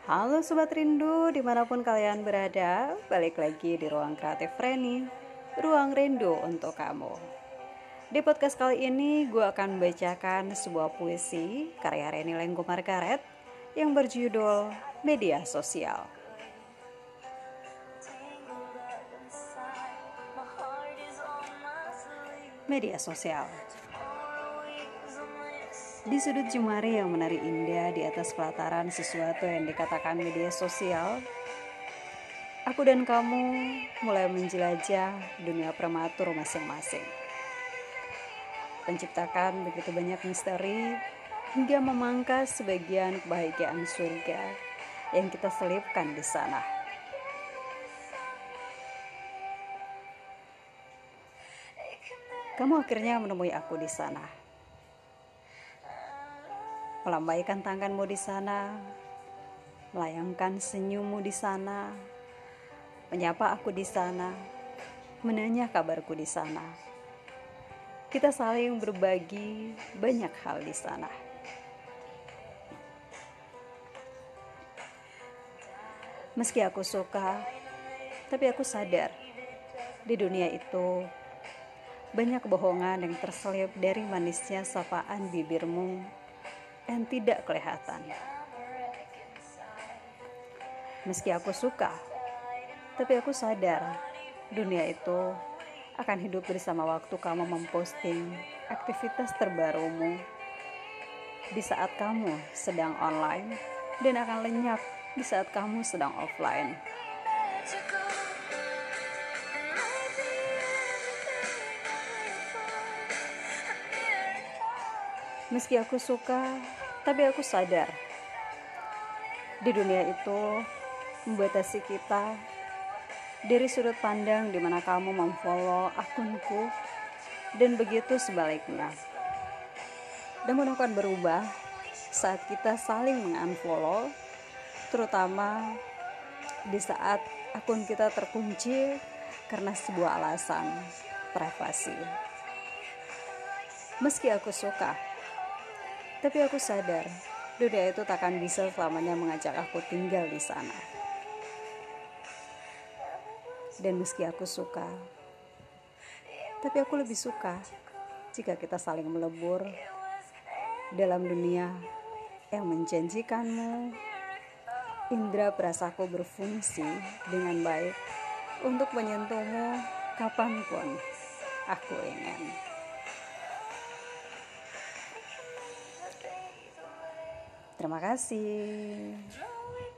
Halo Sobat Rindu, dimanapun kalian berada, balik lagi di Ruang Kreatif Reni, Ruang Rindu untuk kamu. Di podcast kali ini, gue akan membacakan sebuah puisi karya Reni Lenggo Margaret yang berjudul Media Sosial. Media sosial. Di sudut jemari yang menari indah di atas pelataran sesuatu yang dikatakan media sosial, aku dan kamu mulai menjelajah dunia prematur masing-masing. Menciptakan begitu banyak misteri hingga memangkas sebagian kebahagiaan surga yang kita selipkan di sana. Kamu akhirnya menemui aku di sana. Melambaikan tanganmu di sana, melayangkan senyummu di sana, menyapa aku di sana, menanya kabarku di sana. Kita saling berbagi banyak hal di sana. Meski aku suka, tapi aku sadar di dunia itu banyak kebohongan yang terselip dari manisnya sapaan bibirmu yang tidak kelihatan. Meski aku suka, tapi aku sadar dunia itu akan hidup bersama waktu kamu memposting aktivitas terbarumu di saat kamu sedang online dan akan lenyap di saat kamu sedang offline. Meski aku suka, tapi aku sadar di dunia itu membatasi kita dari sudut pandang di mana kamu memfollow akunku dan begitu sebaliknya. Namun akan berubah saat kita saling mengunfollow, terutama di saat akun kita terkunci karena sebuah alasan privasi. Meski aku suka, tapi aku sadar dunia itu takkan bisa selamanya mengajak aku tinggal di sana. Dan meski aku suka, tapi aku lebih suka jika kita saling melebur dalam dunia yang menjanjikanmu. Indra perasaku berfungsi dengan baik untuk menyentuhmu kapanpun aku ingin. Terima kasih.